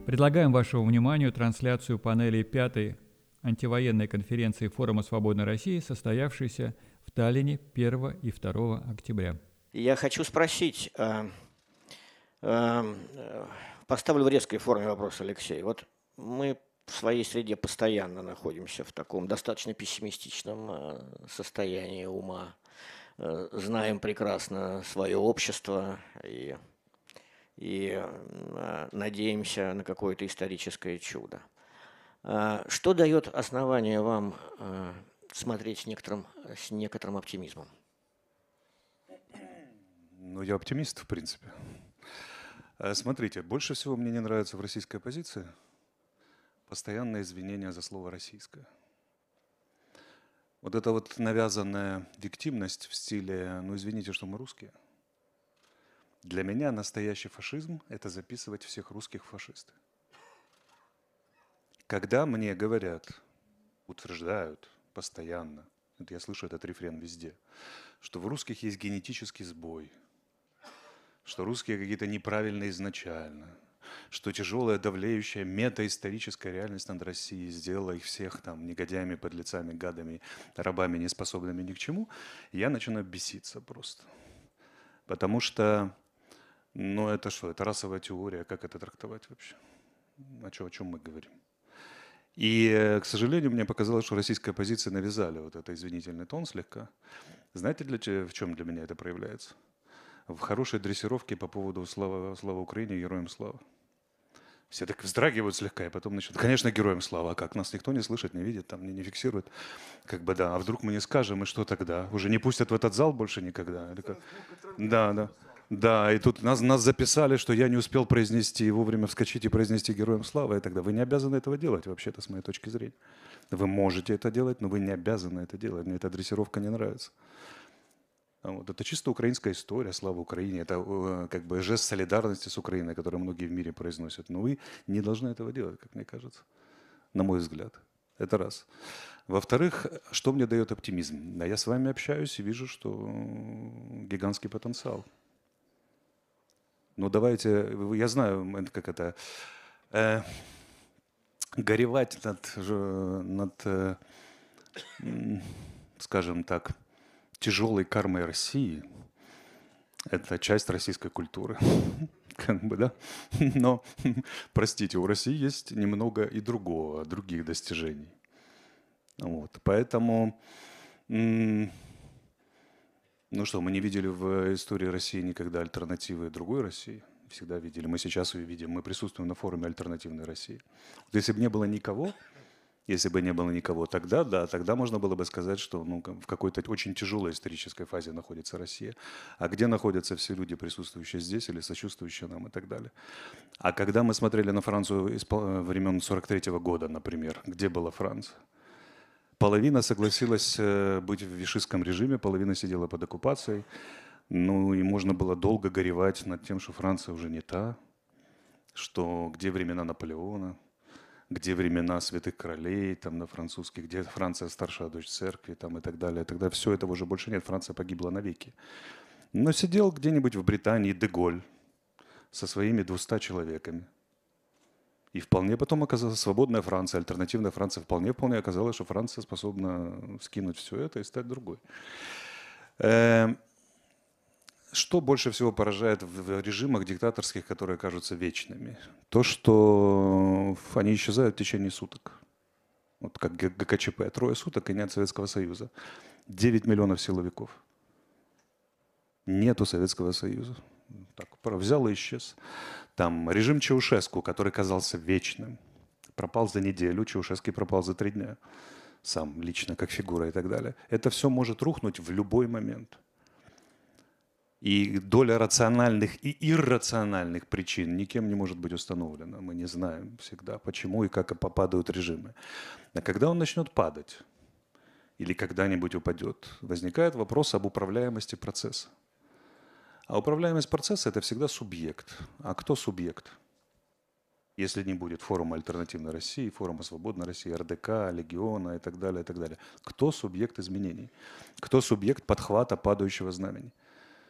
B: Предлагаем вашему вниманию трансляцию панелей пятой антивоенной конференции Форума Свободной России, состоявшейся в Таллине первого и второго октября.
G: Я хочу спросить, э, э, поставлю в резкой форме вопрос, Алексей. Вот мы в своей среде постоянно находимся в таком достаточно пессимистичном состоянии ума, э, знаем прекрасно свое общество и, и э, надеемся на какое-то историческое чудо. Э, что дает основание вам э, смотреть с некоторым, с некоторым оптимизмом?
H: Ну, я оптимист, в принципе. Смотрите, больше всего мне не нравится в российской оппозиции постоянное извинение за слово «российское». Вот эта вот навязанная виктимность в стиле «ну, извините, что мы русские». Для меня настоящий фашизм – это записывать всех русских в фашисты. Когда мне говорят, утверждают постоянно, вот я слышу этот рефрен везде, что в русских есть генетический сбой, что русские какие-то неправильные изначально, что тяжелая, давлеющая метаисторическая реальность над Россией сделала их всех там негодяями, подлецами, гадами, рабами, неспособными ни к чему, я начинаю беситься просто. Потому что, ну это что, это расовая теория, как это трактовать вообще? О чем, о чем мы говорим? И, к сожалению, мне показалось, что российская оппозиция навязали вот этот извинительный тон слегка. Знаете, для, в чем для меня это проявляется? В хорошей дрессировке по поводу слава, слава Украине, героям слава. Все так вздрагивают слегка, и потом начнут. Конечно, героям слава, а как? Нас никто не слышит, не видит, там не, не фиксирует. Как бы да, а вдруг мы не скажем, и что тогда? Уже не пустят в этот зал больше никогда? Или как? Да, да. Да, и тут нас, нас записали, что я не успел произнести, вовремя вскочить и произнести героям слава, и тогда вы не обязаны этого делать, вообще-то, с моей точки зрения. Вы можете это делать, но вы не обязаны это делать. Мне эта дрессировка не нравится. Вот. Это чисто украинская история, слава Украине. Это как бы жест солидарности с Украиной, который многие в мире произносят. Но вы не должны этого делать, как мне кажется, на мой взгляд. Это раз. Во-вторых, что мне дает оптимизм? Да, я с вами общаюсь и вижу, что гигантский потенциал. Но давайте, я знаю, как это, э, горевать над, над э, скажем так, тяжелой кармой России – это часть российской культуры. Как бы, да? Но, простите, у России есть немного и другого, других достижений. Вот. Поэтому, ну что, мы не видели в истории России никогда альтернативы другой России. Всегда видели. Мы сейчас ее видим. Мы присутствуем на форуме альтернативной России. Вот если бы не было никого, если бы не было никого, тогда, да, тогда можно было бы сказать, что ну, в какой-то очень тяжелой исторической фазе находится Россия. А где находятся все люди, присутствующие здесь или сочувствующие нам и так далее. А когда мы смотрели на Францию из времен сорок третьего года, например, где была Франция? Половина согласилась быть в вишистском режиме, половина сидела под оккупацией. Ну и можно было долго горевать над тем, что Франция уже не та, что где времена Наполеона, где времена святых королей, там на французских, где Франция старшая дочь церкви, там и так далее. Тогда все этого уже больше нет, Франция погибла навеки. Но сидел где-нибудь в Британии Де-Голь со своими двумястами человеками. И вполне потом оказалась свободная Франция, альтернативная Франция. Вполне-вполне оказалось, что Франция способна скинуть все это и стать другой. Что больше всего поражает в режимах диктаторских, которые кажутся вечными? То, что они исчезают в течение суток. Вот как ГКЧП. Трое суток и нет Советского Союза. девять миллионов силовиков. Нету Советского Союза. Так, взял и исчез. Там режим Чаушеску, который казался вечным, пропал за неделю, Чаушеский пропал за три дня. Сам лично, как фигура и так далее. Это все может рухнуть в любой момент. И доля рациональных и иррациональных причин никем не может быть установлена. Мы не знаем всегда, почему и как попадают режимы. А когда он начнет падать или когда-нибудь упадет, возникает вопрос об управляемости процесса. А управляемость процесса – это всегда субъект. А кто субъект? Если не будет форума альтернативной России, форума свободной России, РДК, Легиона и так далее, и так далее. Кто субъект изменений? Кто субъект подхвата падающего знамени?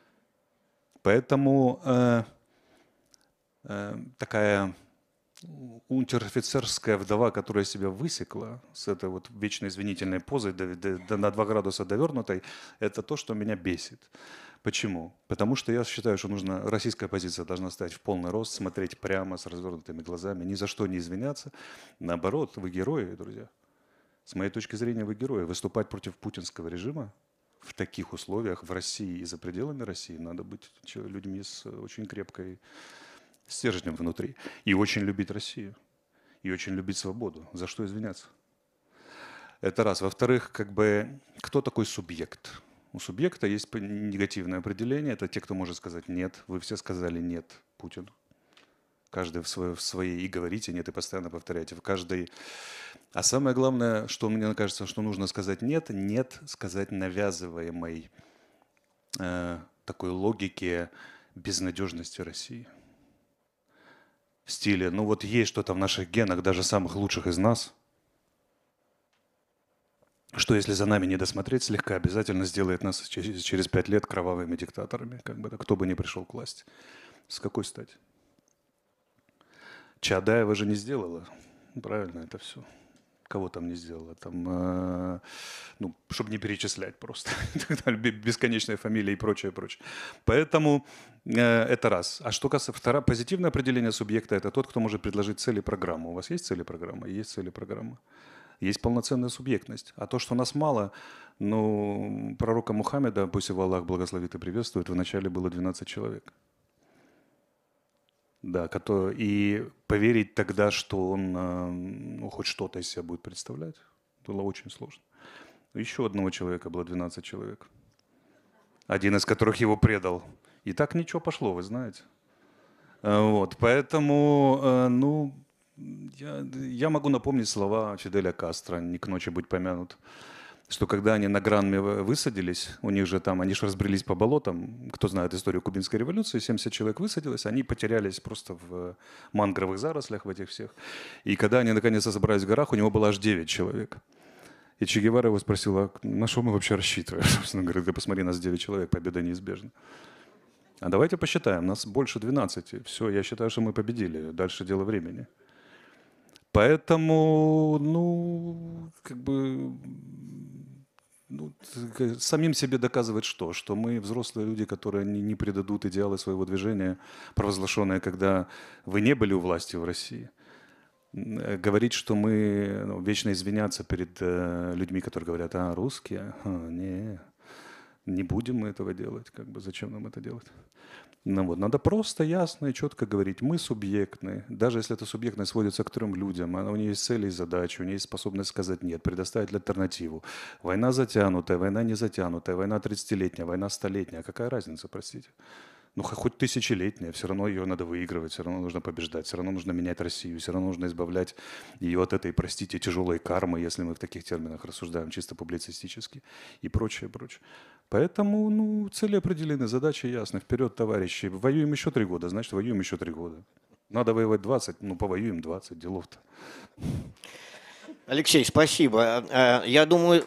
H: Поэтому э, э, такая унтер-офицерская вдова, которая себя высекла с этой вот вечно извинительной позой до, до, до, на два градуса довернутой, это то, что меня бесит. Почему? Потому что я считаю, что нужно, российская позиция должна стоять в полный рост, смотреть прямо с развернутыми глазами, ни за что не извиняться. Наоборот, вы герои, друзья. С моей точки зрения, вы герои. Выступать против путинского режима в таких условиях в России и за пределами России надо быть людьми с очень крепкой стержнем внутри. И очень любить Россию. И очень любить свободу. За что извиняться? Это раз. Во-вторых, как бы, кто такой субъект? У субъекта есть негативное определение. Это те, кто может сказать «нет». Вы все сказали «нет» Путину. Каждый в своей, в своей и говорите «нет», и постоянно повторяете. В каждой... А самое главное, что мне кажется, что нужно сказать «нет», «нет» сказать навязываемой э, такой логике безнадежности России. В стиле, ну вот есть что-то в наших генах, даже самых лучших из нас, что если за нами не досмотреть слегка, обязательно сделает нас через, через пять лет кровавыми диктаторами, как бы, кто бы ни пришел к власти. С какой стати? Чаадаева же не сделала. Правильно это все. Кого там не сделала? Там, э, ну, чтобы не перечислять просто. Бесконечные фамилии и прочее, прочее. Поэтому э, это раз. А что касается второе, позитивное определение субъекта – это тот, кто может предложить цель и программу. У вас есть цель и программа? Есть цель и программа. Есть полноценная субъектность. А то, что нас мало, ну, пророка Мухаммеда, пусть его Аллах благословит и приветствует, вначале было двенадцать человек. Да, который, и поверить тогда, что он ну, хоть что-то из себя будет представлять, было очень сложно. Еще одного человека было двенадцать человек, один из которых его предал. И так ничего пошло, вы знаете. Вот, поэтому, ну, я, я могу напомнить слова Фиделя Кастро, не к ночи будь помянут, что когда они на Гранме высадились, у них же там, они же разбрелись по болотам, кто знает историю Кубинской революции, семьдесят человек высадилось, они потерялись просто в мангровых зарослях в этих всех. И когда они наконец собрались в горах, у него было аж девять человек. И Че Гевара его спросил, а на что мы вообще рассчитываем? Он говорит, ты посмотри, нас девять человек, победа неизбежна. А давайте посчитаем, нас больше двенадцати. Все, я считаю, что мы победили, дальше дело времени. Поэтому, ну, как бы, ну, самим себе доказывать что? Что мы взрослые люди, которые не, не предадут идеалы своего движения, провозглашенные, когда вы не были у власти в России. Говорить, что мы ну, вечно извиняться перед э, людьми, которые говорят, а, русские? А, не, не будем мы этого делать. Как бы, зачем нам это делать? Ну, вот, надо просто ясно и четко говорить, мы субъектны, даже если эта субъектность сводится к трем людям, она, у нее есть цели и задачи, у нее есть способность сказать нет, предоставить альтернативу. Война затянутая, война не затянутая, война тридцатилетняя, война столетняя, какая разница, простите? Ну, хоть тысячелетняя, все равно ее надо выигрывать, все равно нужно побеждать, все равно нужно менять Россию, все равно нужно избавлять ее от этой, простите, тяжелой кармы, если мы в таких терминах рассуждаем, чисто публицистически, и прочее, прочее. Поэтому, ну, цели определены, задачи ясны. Вперед, товарищи. Воюем еще три года, значит, воюем еще три года. Надо воевать двадцать, ну, повоюем двадцать, делов-то.
G: Алексей, спасибо. Я думаю...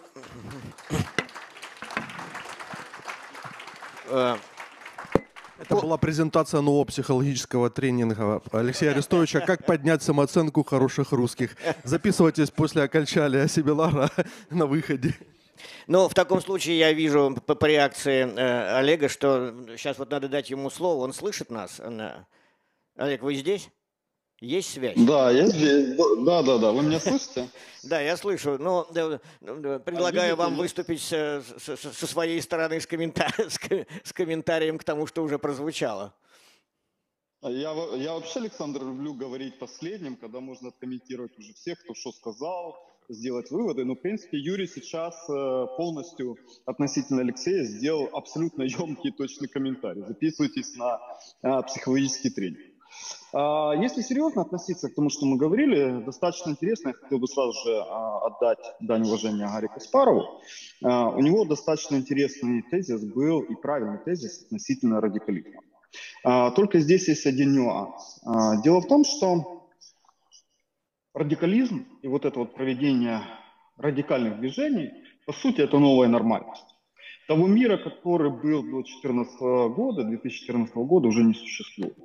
I: Это была презентация нового психологического тренинга Алексея Арестовича «Как поднять самооценку хороших русских». Записывайтесь после окончания семинара на выходе.
G: Ну, в таком случае я вижу по, по реакции э, Олега, что сейчас вот надо дать ему слово. Он слышит нас? Олег, вы здесь? Есть связь?
J: Да, я здесь. Да, да, да. Вы меня слышите?
G: Да, я слышу. Но предлагаю вам выступить со своей стороны с комментарием к тому, что уже прозвучало.
J: Я, я вообще, Александр, люблю говорить последним, когда можно откомментировать уже всех, кто что сказал, сделать выводы. Но, в принципе, Юрий сейчас полностью относительно Алексея сделал абсолютно емкий и точный комментарий. Записывайтесь на психологический тренинг. Если серьезно относиться к тому, что мы говорили, достаточно интересно, я хотел бы сразу же отдать дань уважения Гарри Каспарову. У него достаточно интересный тезис был и правильный тезис относительно радикализма. Только здесь есть один нюанс. Дело в том, что радикализм и вот это вот проведение радикальных движений, по сути, это новая нормальность. Того мира, который был до две тысячи четырнадцатого года, две тысячи четырнадцатого года уже не существует.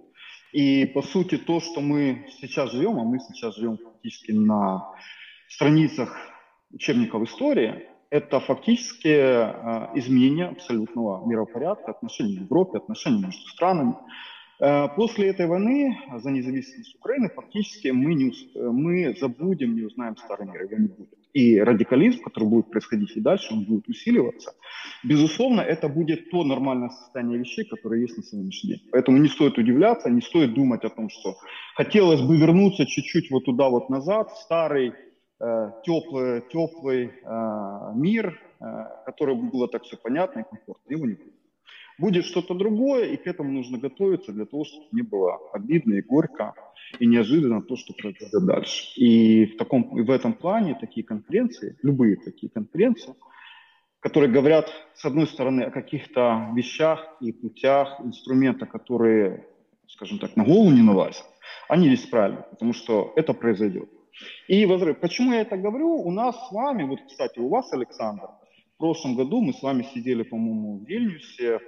J: И, по сути, то, что мы сейчас живем, а мы сейчас живем фактически на страницах учебников истории, это фактически э, изменение абсолютного миропорядка, отношений в Европе, отношений между странами. Э, после этой войны за независимость Украины фактически мы, не, мы забудем, не узнаем старый мир, его не будет. И радикализм, который будет происходить и дальше, он будет усиливаться. Безусловно, это будет то нормальное состояние вещей, которое есть на сегодняшний день. Поэтому не стоит удивляться, не стоит думать о том, что хотелось бы вернуться чуть-чуть вот туда вот назад, в старый, э, теплый, теплый э, мир, э, который было так все понятно и комфортно. Его не будет. Будет что-то другое, и к этому нужно готовиться для того, чтобы не было обидно и горько, и неожиданно то, что произойдет дальше. И в, таком, в этом плане такие конференции, любые такие конференции, которые говорят, с одной стороны, о каких-то вещах и путях, инструментах, которые, скажем так, на голову не налазят, они здесь правильны, потому что это произойдет. И почему я это говорю? У нас с вами, вот, кстати, у вас, Александр, в прошлом году мы с вами сидели, по-моему, в Вильнюсе,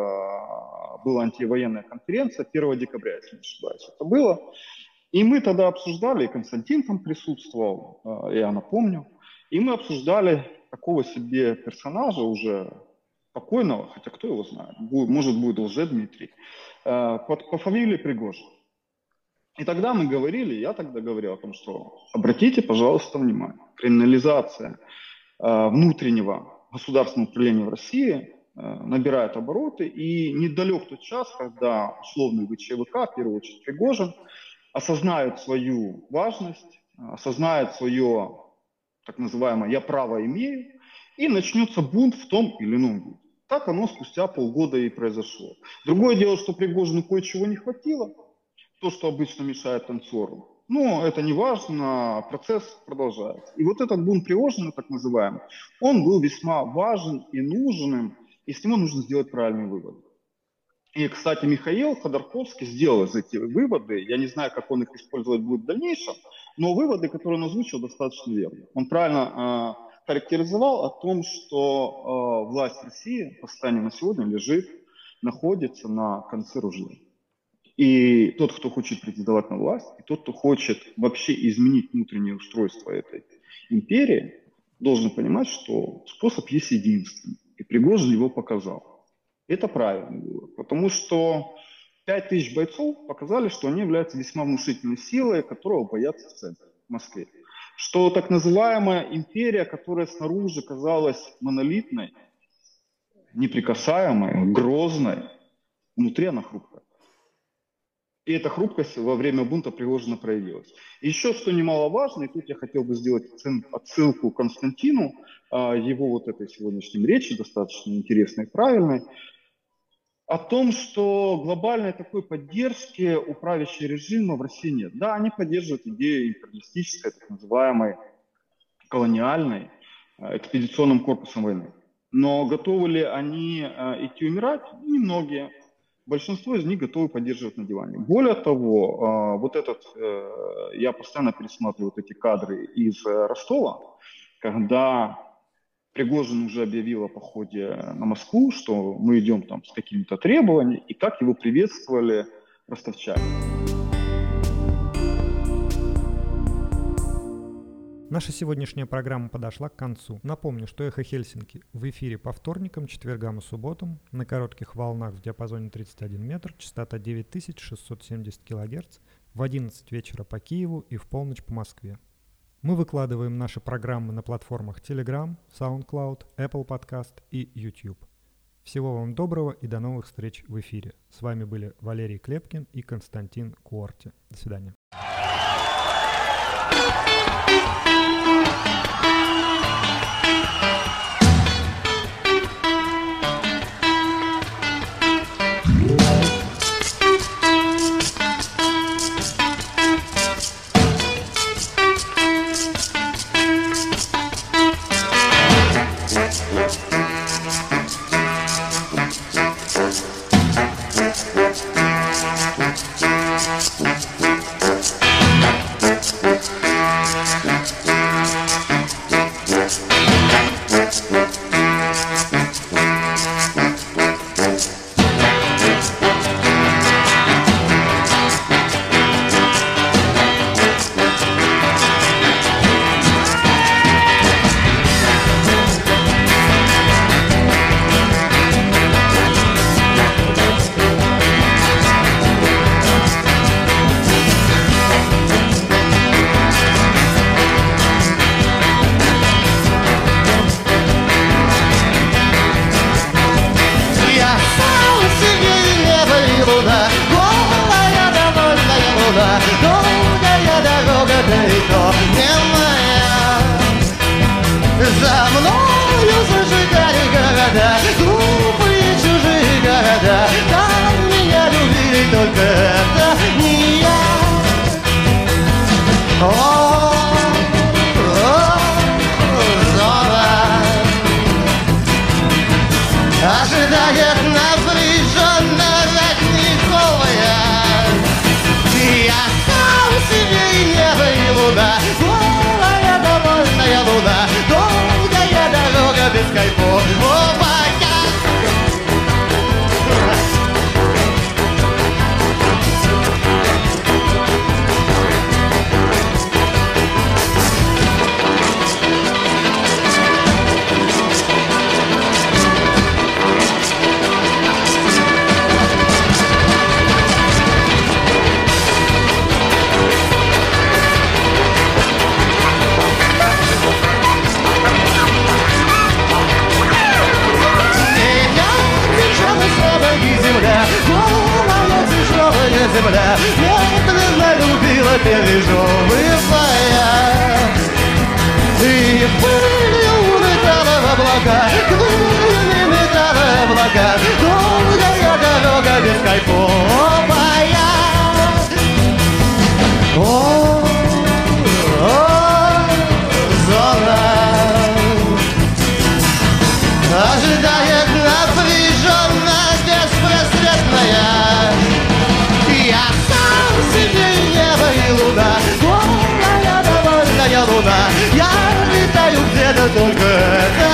J: в, была антивоенная конференция первого декабря, если не ошибаюсь, это было. И мы тогда обсуждали, и Константин там присутствовал, я напомню, и мы обсуждали такого себе персонажа уже покойного, хотя кто его знает, будет, может будет Лже-Дмитрий, по, по фамилии Пригожин. И тогда мы говорили, я тогда говорил о том, что обратите, пожалуйста, внимание, криминализация внутреннего государственного управления в России набирает обороты, и недалек тот час, когда условный ВЧВК, в первую очередь Пригожин, осознает свою важность, осознает свое так называемое «я право имею», и начнется бунт в том или ином виде. Так оно спустя полгода и произошло. Другое дело, что Пригожину кое-чего не хватило, то, что обычно мешает танцору. Но это не важно, процесс продолжается. И вот этот бунт Пригожина, так называемый, он был весьма важен и нужным, и с него нужно сделать правильные выводы. И, кстати, Михаил Ходорковский сделал из этих выводы, я не знаю, как он их использовать будет в дальнейшем, но выводы, которые он озвучил, достаточно верны. Он правильно э, характеризовал о том, что э, власть России по состоянию на сегодня лежит, находится на конце ружья. И тот, кто хочет претендовать на власть, и тот, кто хочет вообще изменить внутреннее устройство этой империи, должен понимать, что способ есть единственный. И Пригожин его показал. Это правильно было, потому что пять тысяч бойцов показали, что они являются весьма внушительной силой, которого боятся в центре, в Москве. Что так называемая империя, которая снаружи казалась монолитной, неприкасаемой, грозной, внутри она хрупкая. И эта хрупкость во время бунта Пригожина проявилась. И еще что немаловажно, и тут я хотел бы сделать отсылку к Константину, его вот этой сегодняшней речи, достаточно интересной и правильной, о том, что глобальной такой поддержки у правящего режима в России нет. Да, они поддерживают идею империалистической, так называемой колониальной, экспедиционным корпусом войны. Но готовы ли они идти умирать? Немногие. Большинство из них готовы поддерживать на диване. Более того, вот этот, я постоянно пересматриваю вот эти кадры из Ростова, когда Пригожин уже объявил о походе на Москву, что мы идем там с какими-то требованиями, и как его приветствовали ростовчане.
A: Наша сегодняшняя программа подошла к концу. Напомню, что «Эхо Хельсинки» в эфире по вторникам, четвергам и субботам на коротких волнах в диапазоне тридцать один метр, частота девять тысяч шестьсот семьдесят килогерц, в одиннадцать вечера по Киеву и в полночь по Москве. Мы выкладываем наши программы на платформах Telegram, SoundCloud, Apple Podcast и YouTube. Всего вам доброго и до новых встреч в эфире. С вами были Валерий Клепкин и Константин Куорти. До свидания.
K: We'll be right back. только это не я. О, о, зона ожидает напряженно родниковая. Я сам себе и небо, и луна, голая довольная луна, долгая дорога без кайфов. Земля медленно любила, пережевывая, и пылью металла в облака, крыльями металла в облака, долгая дорога бескайфовая. О, о, зона ожидает напряженно беспросветная. Я сам себе и небо, и луна, голая довольная луна. Я летаю где-то, только это